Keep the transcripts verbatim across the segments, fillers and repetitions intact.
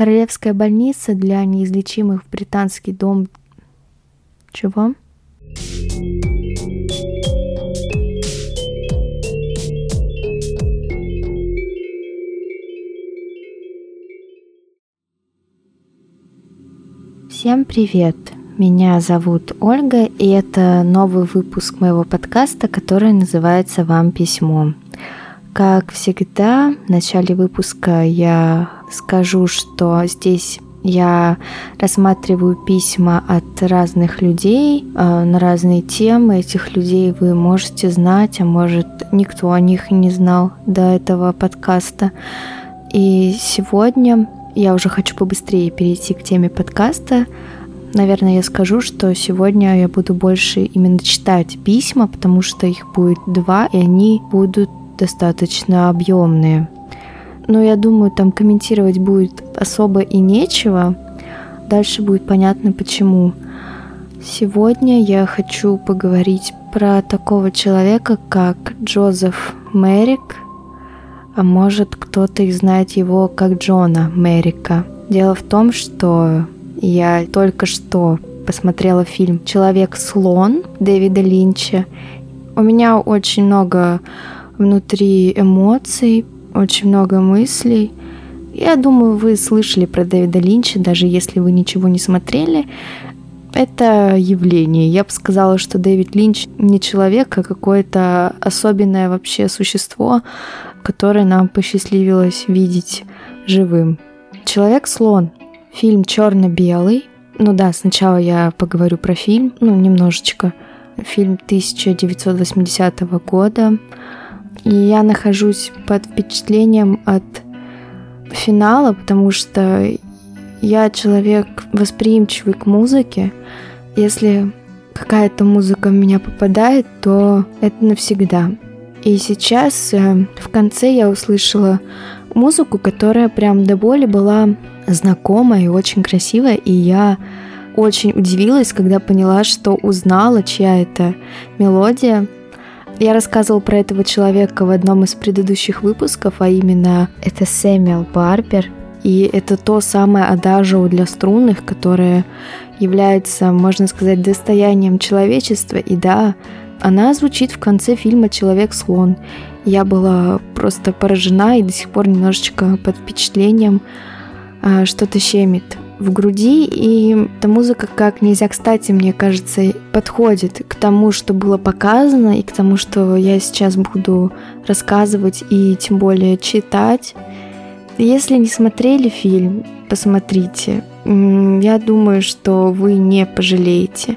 Королевская больница для неизлечимых в британский дом... Чего? Всем привет! Меня зовут Ольга, и это новый выпуск моего подкаста, который называется «Вам письмо». Как всегда, в начале выпуска я скажу, что здесь я рассматриваю письма от разных людей э, на разные темы. Этих людей вы можете знать, а может, никто о них и не знал до этого подкаста. И сегодня я уже хочу побыстрее перейти к теме подкаста. Наверное, я скажу, что сегодня я буду больше именно читать письма, потому что их будет два, и они будут достаточно объемные. Но я думаю, там комментировать будет особо и нечего. Дальше будет понятно, почему. Сегодня я хочу поговорить про такого человека, как Джозеф Меррик, а может, кто-то и знает его как Джона Меррика. Дело в том, что я только что посмотрела фильм «Человек-слон» Дэвида Линча. У меня очень много внутри эмоций, очень много мыслей. Я думаю, вы слышали про Дэвида Линча, даже если вы ничего не смотрели. Это явление. Я бы сказала, что Дэвид Линч не человек, а какое-то особенное вообще существо, которое нам посчастливилось видеть живым. «Человек-слон». Фильм черно-белый. Ну да, сначала я поговорю про фильм, ну немножечко. Фильм тысяча девятьсот восьмидесятого года. И я нахожусь под впечатлением от финала, потому что я человек восприимчивый к музыке. Если какая-то музыка в меня попадает, то это навсегда. И сейчас в конце я услышала музыку, которая прям до боли была знакомая и очень красивая, и я очень удивилась, когда поняла, что узнала, чья это мелодия. Я рассказывала про этого человека в одном из предыдущих выпусков, а именно это Сэмюэл Барбер, и это то самое адажио для струнных, которое является, можно сказать, достоянием человечества, и да, она звучит в конце фильма «Человек-слон». Я была просто поражена и до сих пор немножечко под впечатлением. Что-то щемит в груди, и эта музыка как нельзя кстати, мне кажется, подходит к тому, что было показано, и к тому, что я сейчас буду рассказывать и тем более читать. Если не смотрели фильм, посмотрите. Я думаю, что вы не пожалеете.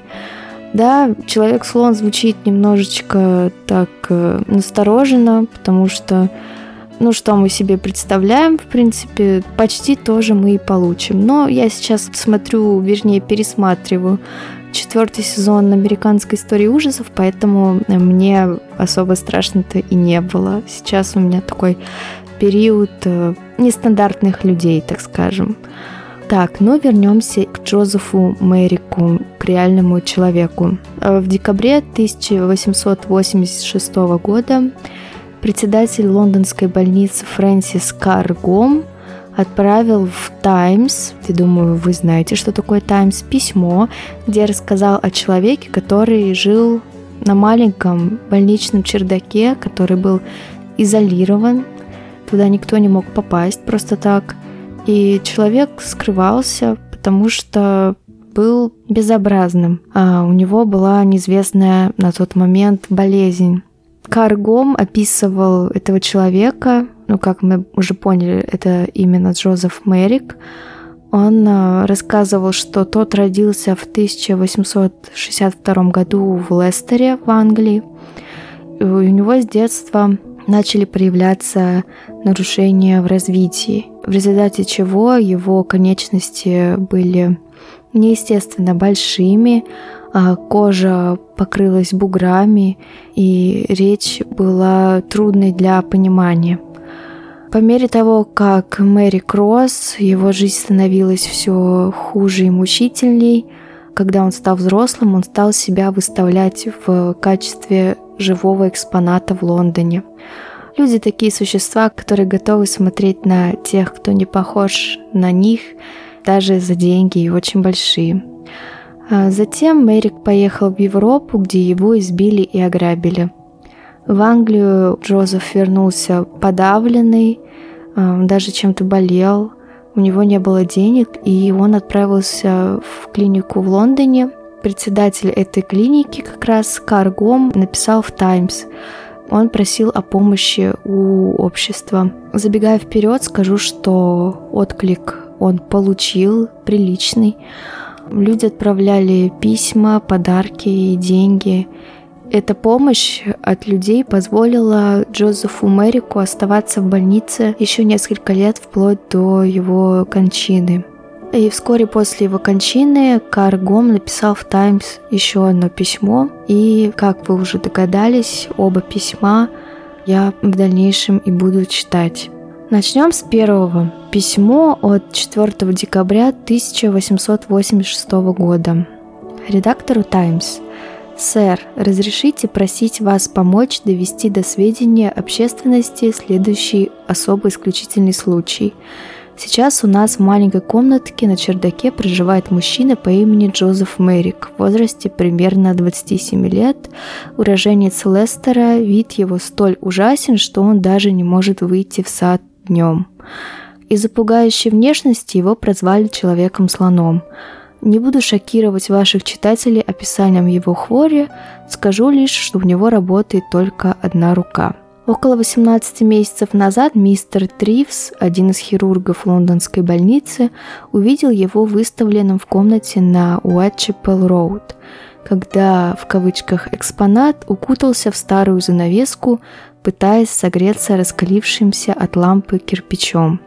Да, «Человек-слон» звучит немножечко так настороженно, потому что ну, что мы себе представляем, в принципе, почти тоже мы и получим. Но я сейчас смотрю, вернее, пересматриваю четвертый сезон «Американской истории ужасов», поэтому мне особо страшно-то и не было. Сейчас у меня такой период нестандартных людей, так скажем. Так, ну вернемся к Джозефу Меррику, к реальному человеку. В декабре тысяча восемьсот восемьдесят шестого года председатель лондонской больницы Фрэнсис Каргом отправил в «Таймс», я думаю, вы знаете, что такое «Таймс», письмо, где рассказал о человеке, который жил на маленьком больничном чердаке, который был изолирован, туда никто не мог попасть просто так. И человек скрывался, потому что был безобразным, а у него была неизвестная на тот момент болезнь. Каргом описывал этого человека, ну, как мы уже поняли, это именно Джозеф Меррик. Он рассказывал, что тот родился в тысяча восемьсот шестьдесят втором году в Лестере, в Англии. И у него с детства начали проявляться нарушения в развитии, в результате чего его конечности были неестественно большими, кожа покрылась буграми, и речь была трудной для понимания. По мере того, как Меррик рос, его жизнь становилась все хуже и мучительней. Когда он стал взрослым, он стал себя выставлять в качестве живого экспоната в Лондоне. Люди такие существа, которые готовы смотреть на тех, кто не похож на них, даже за деньги и очень большие. Затем Мерик поехал в Европу, где его избили и ограбили. В Англию Джозеф вернулся подавленный, даже чем-то болел, у него не было денег, и он отправился в клинику в Лондоне. Председатель этой клиники, как раз Кар Гом, написал в «Таймс». Он просил о помощи у общества. Забегая вперед, скажу, что отклик он получил приличный. Люди отправляли письма, подарки и деньги. Эта помощь от людей позволила Джозефу Мерику оставаться в больнице еще несколько лет, вплоть до его кончины. И вскоре после его кончины Кар Гом написал в «Таймс» еще одно письмо. И, как вы уже догадались, оба письма я в дальнейшем и буду читать. Начнем с первого. Письмо от четвёртого декабря тысяча восемьсот восемьдесят шестого года. Редактору «Таймс». «Сэр, разрешите просить вас помочь довести до сведения общественности следующий особо исключительный случай. Сейчас у нас в маленькой комнатке на чердаке проживает мужчина по имени Джозеф Мерик в возрасте примерно двадцати семи лет, уроженец Лестера. Вид его столь ужасен, что он даже не может выйти в сад днем. Из-за пугающей внешности его прозвали Человеком-слоном. Не буду шокировать ваших читателей описанием его хвори, скажу лишь, что у него работает только одна рука». Около восемнадцати месяцев назад мистер Тривс, один из хирургов лондонской больницы, увидел его выставленным в комнате на Уайтчепел-роуд, когда, в кавычках, экспонат укутался в старую занавеску, пытаясь согреться раскалившимся от лампы кирпичом.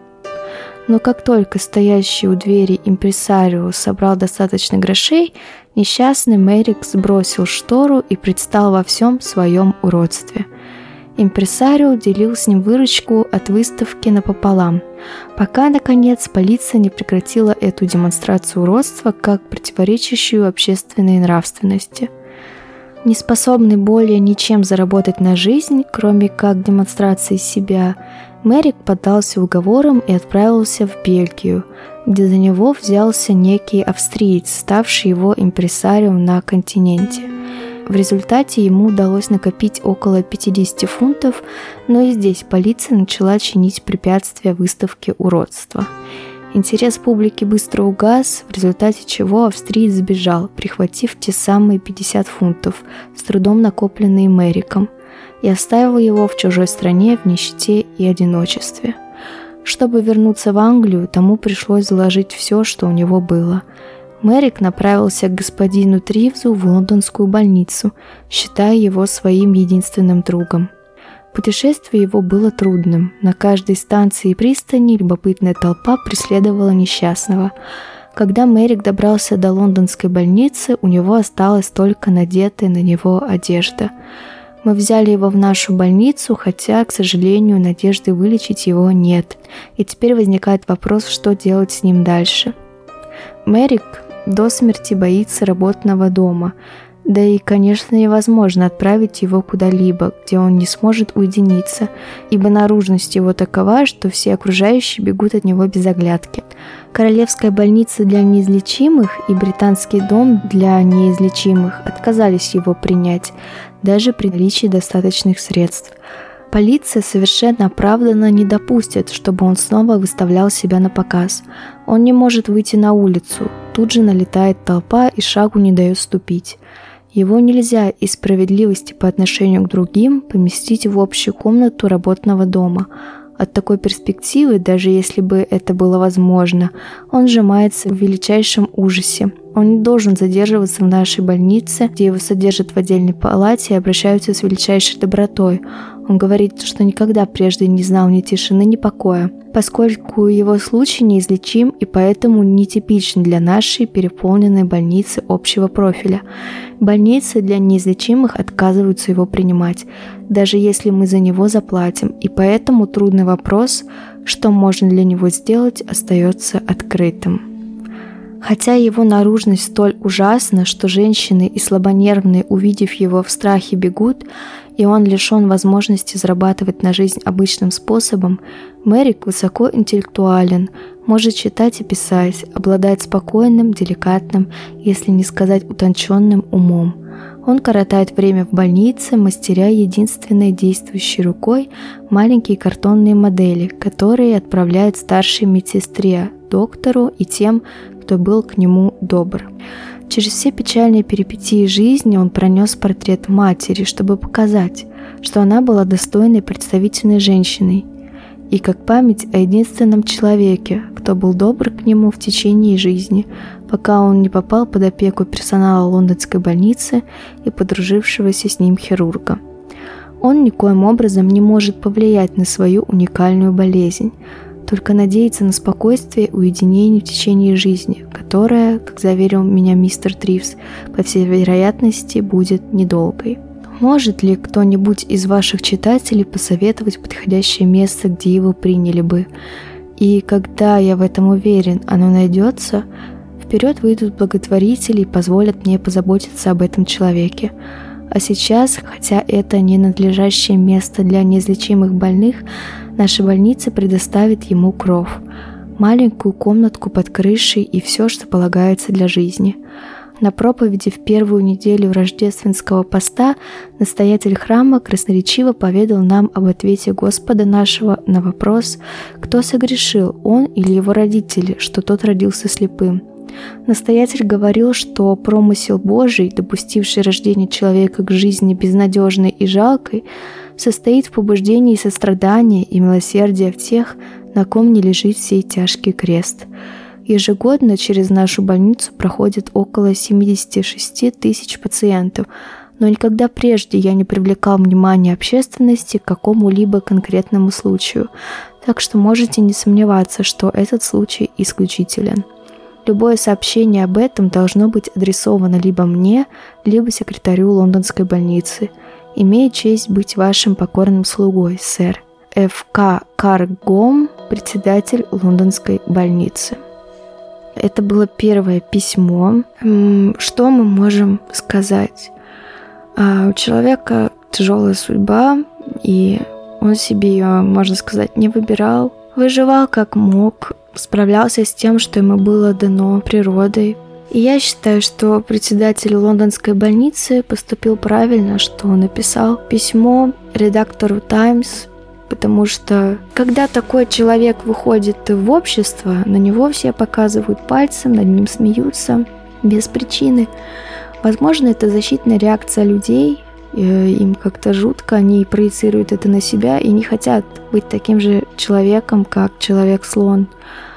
Но как только стоящий у двери импресарио собрал достаточно грошей, несчастный Мерик сбросил штору и предстал во всем своем уродстве. Импресарио делил с ним выручку от выставки напополам, пока, наконец, полиция не прекратила эту демонстрацию уродства как противоречащую общественной нравственности. Неспособный более ничем заработать на жизнь, кроме как демонстрации себя, Мерик поддался уговорам и отправился в Бельгию, где за него взялся некий австриец, ставший его импресарием на континенте. В результате ему удалось накопить около пятидесяти фунтов, но и здесь полиция начала чинить препятствия выставке уродства. Интерес публики быстро угас, в результате чего австриец сбежал, прихватив те самые пятьдесят фунтов, с трудом накопленные Мериком, и оставил его в чужой стране в нищете и одиночестве. Чтобы вернуться в Англию, тому пришлось заложить все, что у него было. Мерик направился к господину Тривзу в лондонскую больницу, считая его своим единственным другом. Путешествие его было трудным. На каждой станции и пристани любопытная толпа преследовала несчастного. Когда Мерик добрался до лондонской больницы, у него осталась только надетая на него одежда. Мы взяли его в нашу больницу, хотя, к сожалению, надежды вылечить его нет. И теперь возникает вопрос, что делать с ним дальше. Мерик до смерти боится работного дома, да и, конечно, невозможно отправить его куда-либо, где он не сможет уединиться, ибо наружность его такова, что все окружающие бегут от него без оглядки. Королевская больница для неизлечимых и британский дом для неизлечимых отказались его принять, даже при наличии достаточных средств. Полиция совершенно оправданно не допустит, чтобы он снова выставлял себя на показ. Он не может выйти на улицу, тут же налетает толпа и шагу не дает ступить. Его нельзя из справедливости по отношению к другим поместить в общую комнату работного дома. От такой перспективы, даже если бы это было возможно, он сжимается в величайшем ужасе. Он не должен задерживаться в нашей больнице, где его содержат в отдельной палате и обращаются с величайшей добротой. Он говорит, что никогда прежде не знал ни тишины, ни покоя, поскольку его случай неизлечим и поэтому нетипичен для нашей переполненной больницы общего профиля. Больницы для неизлечимых отказываются его принимать, даже если мы за него заплатим, и поэтому трудный вопрос, что можно для него сделать, остается открытым. Хотя его наружность столь ужасна, что женщины и слабонервные, увидев его, в страхе бегут, и он лишен возможности зарабатывать на жизнь обычным способом, Мерик высоко интеллектуален, может читать и писать, обладает спокойным, деликатным, если не сказать утонченным умом. Он коротает время в больнице, мастеря единственной действующей рукой маленькие картонные модели, которые отправляет старшей медсестре, доктору и тем, кто был к нему добр. Через все печальные перипетии жизни он пронес портрет матери, чтобы показать, что она была достойной представительной женщиной, и как память о единственном человеке, кто был добр к нему в течение жизни, пока он не попал под опеку персонала лондонской больницы и подружившегося с ним хирурга. Он никоим образом не может повлиять на свою уникальную болезнь, только надеяться на спокойствие и уединение в течение жизни, которая, как заверил меня мистер Тривс, по всей вероятности будет недолгой. Может ли кто-нибудь из ваших читателей посоветовать подходящее место, где его приняли бы? И когда я в этом уверен, оно найдется, вперед выйдут благотворители и позволят мне позаботиться об этом человеке. А сейчас, хотя это не надлежащее место для неизлечимых больных, наша больница предоставит ему кров, маленькую комнатку под крышей и все, что полагается для жизни. На проповеди в первую неделю рождественского поста настоятель храма красноречиво поведал нам об ответе Господа нашего на вопрос, кто согрешил, он или его родители, что тот родился слепым. Настоятель говорил, что промысел Божий, допустивший рождение человека к жизни безнадежной и жалкой, состоит в побуждении сострадания и милосердия в тех, на ком не лежит сей тяжкий крест. Ежегодно через нашу больницу проходит около семьдесят шесть тысяч пациентов, но никогда прежде я не привлекал внимания общественности к какому-либо конкретному случаю, так что можете не сомневаться, что этот случай исключителен. Любое сообщение об этом должно быть адресовано либо мне, либо секретарю лондонской больницы. Имею честь быть вашим покорным слугой, сэр. Ф К Каргом, председатель лондонской больницы. Это было первое письмо. Что мы можем сказать? У человека тяжелая судьба, и он себе ее, можно сказать, не выбирал. Выживал как мог, справлялся с тем, что ему было дано природой. И я считаю, что председатель лондонской больницы поступил правильно, что он написал письмо редактору «Таймс», потому что когда такой человек выходит в общество, на него все показывают пальцем, над ним смеются без причины. Возможно, это защитная реакция людей, им как-то жутко, они проецируют это на себя и не хотят быть таким же человеком, как человек-слон.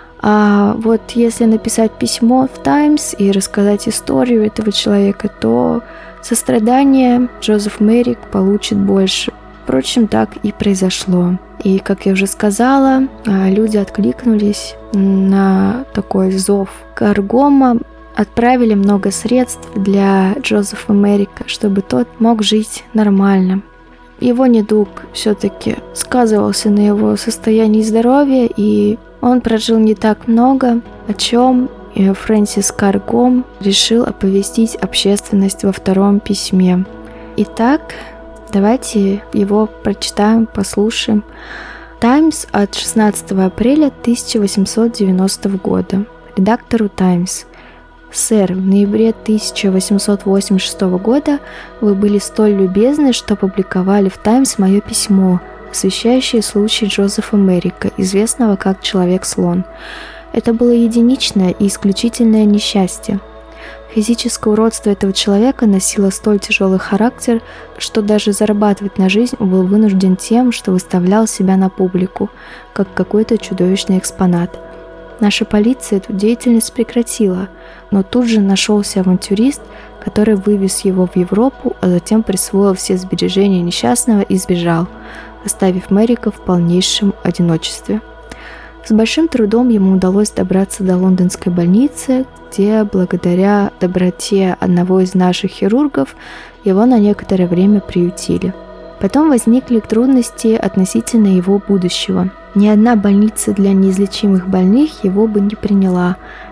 А вот если написать письмо в «Таймс» и рассказать историю этого человека, то сострадание Джозеф Мерик получит больше. Впрочем, так и произошло. И, как я уже сказала, люди откликнулись на такой зов Каргома, отправили много средств для Джозефа Мерика, чтобы тот мог жить нормально. Его недуг все-таки сказывался на его состоянии здоровья, и он прожил не так много, о чем Фрэнсис Каргом решил оповестить общественность во втором письме. Итак, давайте его прочитаем, послушаем. «Таймс» от шестнадцатого апреля тысяча восемьсот девяностого года. Редактору «Таймс». «Сэр, в ноябре тысяча восемьсот восемьдесят шестого года вы были столь любезны, что опубликовали в «Таймс» мое письмо, освещающее случай Джозефа Мерика, известного как Человек-слон. Это было единичное и исключительное несчастье. Физическое уродство этого человека носило столь тяжелый характер, что даже зарабатывать на жизнь он был вынужден тем, что выставлял себя на публику, как какой-то чудовищный экспонат. Наша полиция эту деятельность прекратила, но тут же нашелся авантюрист, который вывез его в Европу, а затем присвоил все сбережения несчастного и сбежал, оставив Мерика в полнейшем одиночестве. С большим трудом ему удалось добраться до лондонской больницы, где, благодаря доброте одного из наших хирургов, его на некоторое время приютили. Потом возникли трудности относительно его будущего. Ни одна больница для неизлечимых больных его бы не приняла,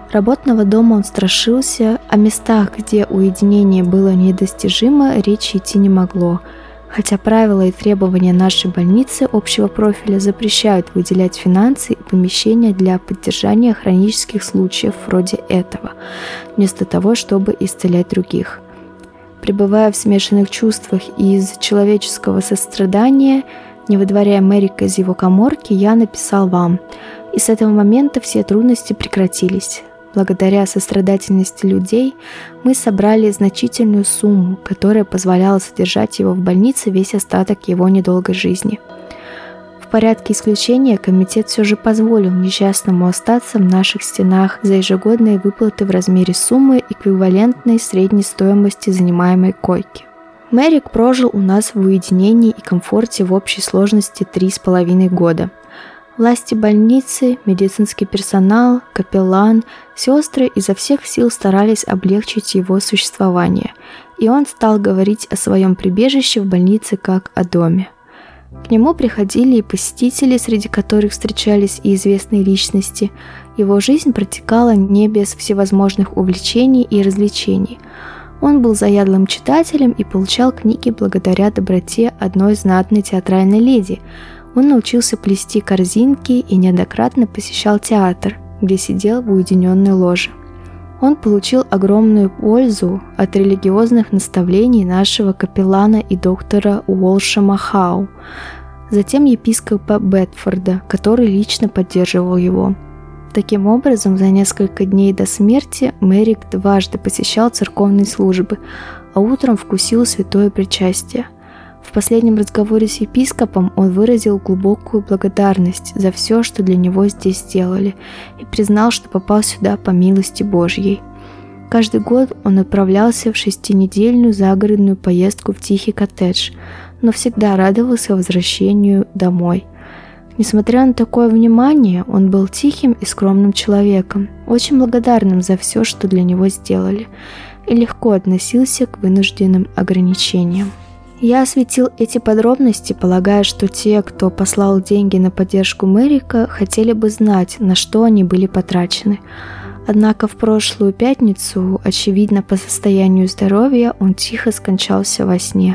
Работного дома он страшился, о местах, где уединение было недостижимо, речи идти не могло. Хотя правила и требования нашей больницы общего профиля запрещают выделять финансы и помещения для поддержания хронических случаев вроде этого, вместо того, чтобы исцелять других. Пребывая в смешанных чувствах из человеческого сострадания, не выдворяя Мэрика из его каморки, я написал вам, и с этого момента все трудности прекратились. Благодаря сострадательности людей мы собрали значительную сумму, которая позволяла содержать его в больнице весь остаток его недолгой жизни. В порядке исключения комитет все же позволил несчастному остаться в наших стенах за ежегодные выплаты в размере суммы, эквивалентной средней стоимости занимаемой койки. Мэрик прожил у нас в уединении и комфорте в общей сложности три с половиной года. Власти больницы, медицинский персонал, капеллан, сестры изо всех сил старались облегчить его существование, и он стал говорить о своем прибежище в больнице как о доме. К нему приходили и посетители, среди которых встречались и известные личности. Его жизнь протекала не без всевозможных увлечений и развлечений. Он был заядлым читателем и получал книги благодаря доброте одной знатной театральной леди. Он научился плести корзинки и неоднократно посещал театр, где сидел в уединенной ложе. Он получил огромную пользу от религиозных наставлений нашего капеллана и доктора Уолшема Хау, затем епископа Бетфорда, который лично поддерживал его. Таким образом, за несколько дней до смерти Мэрик дважды посещал церковные службы, а утром вкусил святое причастие. В последнем разговоре с епископом он выразил глубокую благодарность за все, что для него здесь сделали, и признал, что попал сюда по милости Божьей. Каждый год он отправлялся в шестинедельную загородную поездку в тихий коттедж, но всегда радовался возвращению домой. Несмотря на такое внимание, он был тихим и скромным человеком, очень благодарным за все, что для него сделали, и легко относился к вынужденным ограничениям. Я осветил эти подробности, полагая, что те, кто послал деньги на поддержку Мэрика, хотели бы знать, на что они были потрачены. Однако в прошлую пятницу, очевидно по состоянию здоровья, он тихо скончался во сне.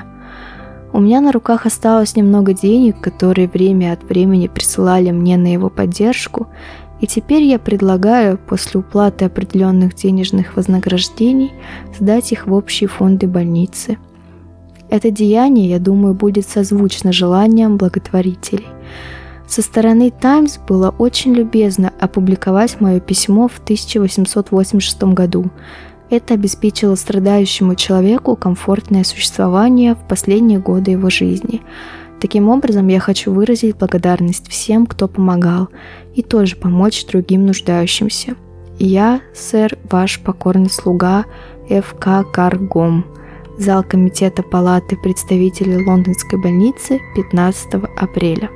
У меня на руках осталось немного денег, которые время от времени присылали мне на его поддержку, и теперь я предлагаю после уплаты определенных денежных вознаграждений сдать их в общие фонды больницы. Это деяние, я думаю, будет созвучно желаниям благотворителей. Со стороны «Таймс» было очень любезно опубликовать мое письмо в тысяча восемьсот восемьдесят шестом году. Это обеспечило страдающему человеку комфортное существование в последние годы его жизни. Таким образом, я хочу выразить благодарность всем, кто помогал, и тоже помочь другим нуждающимся. Я, сэр, ваш покорный слуга Ф К Каргом. Зал комитета палаты представителей лондонской больницы, пятнадцатого апреля.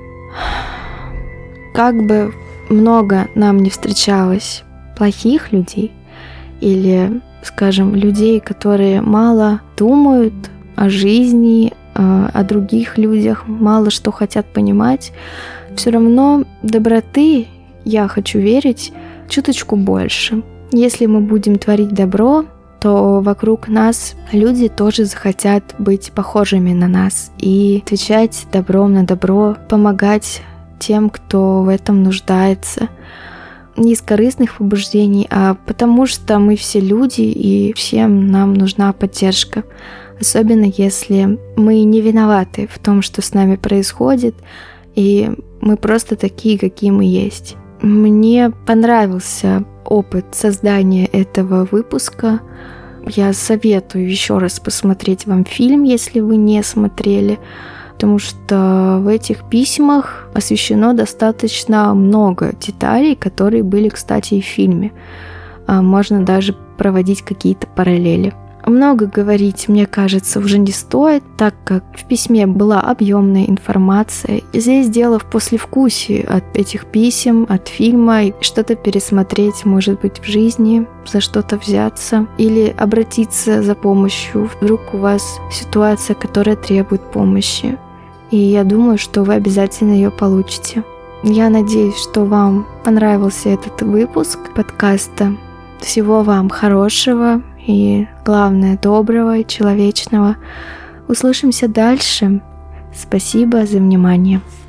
Как бы много нам не встречалось плохих людей или, скажем, людей, которые мало думают о жизни, о других людях, мало что хотят понимать, все равно доброты, я хочу верить, чуточку больше. Если мы будем творить добро, то вокруг нас люди тоже захотят быть похожими на нас и отвечать добром на добро, помогать тем, кто в этом нуждается. Не из корыстных побуждений, а потому что мы все люди и всем нам нужна поддержка. Особенно если мы не виноваты в том, что с нами происходит, и мы просто такие, какие мы есть. Мне понравился опыт создания этого выпуска. Я советую еще раз посмотреть вам фильм, если вы не смотрели, потому что в этих письмах освещено достаточно много деталей, которые были, кстати, и в фильме. Можно даже проводить какие-то параллели. Много говорить, мне кажется, уже не стоит, так как в письме была объемная информация. Здесь дело в послевкусии от этих писем, от фильма, и что-то пересмотреть, может быть, в жизни, за что-то взяться или обратиться за помощью. Вдруг у вас ситуация, которая требует помощи. И я думаю, что вы обязательно ее получите. Я надеюсь, что вам понравился этот выпуск подкаста Всего вам хорошего и, главное, доброго и человечного. Услышимся дальше. Спасибо за внимание.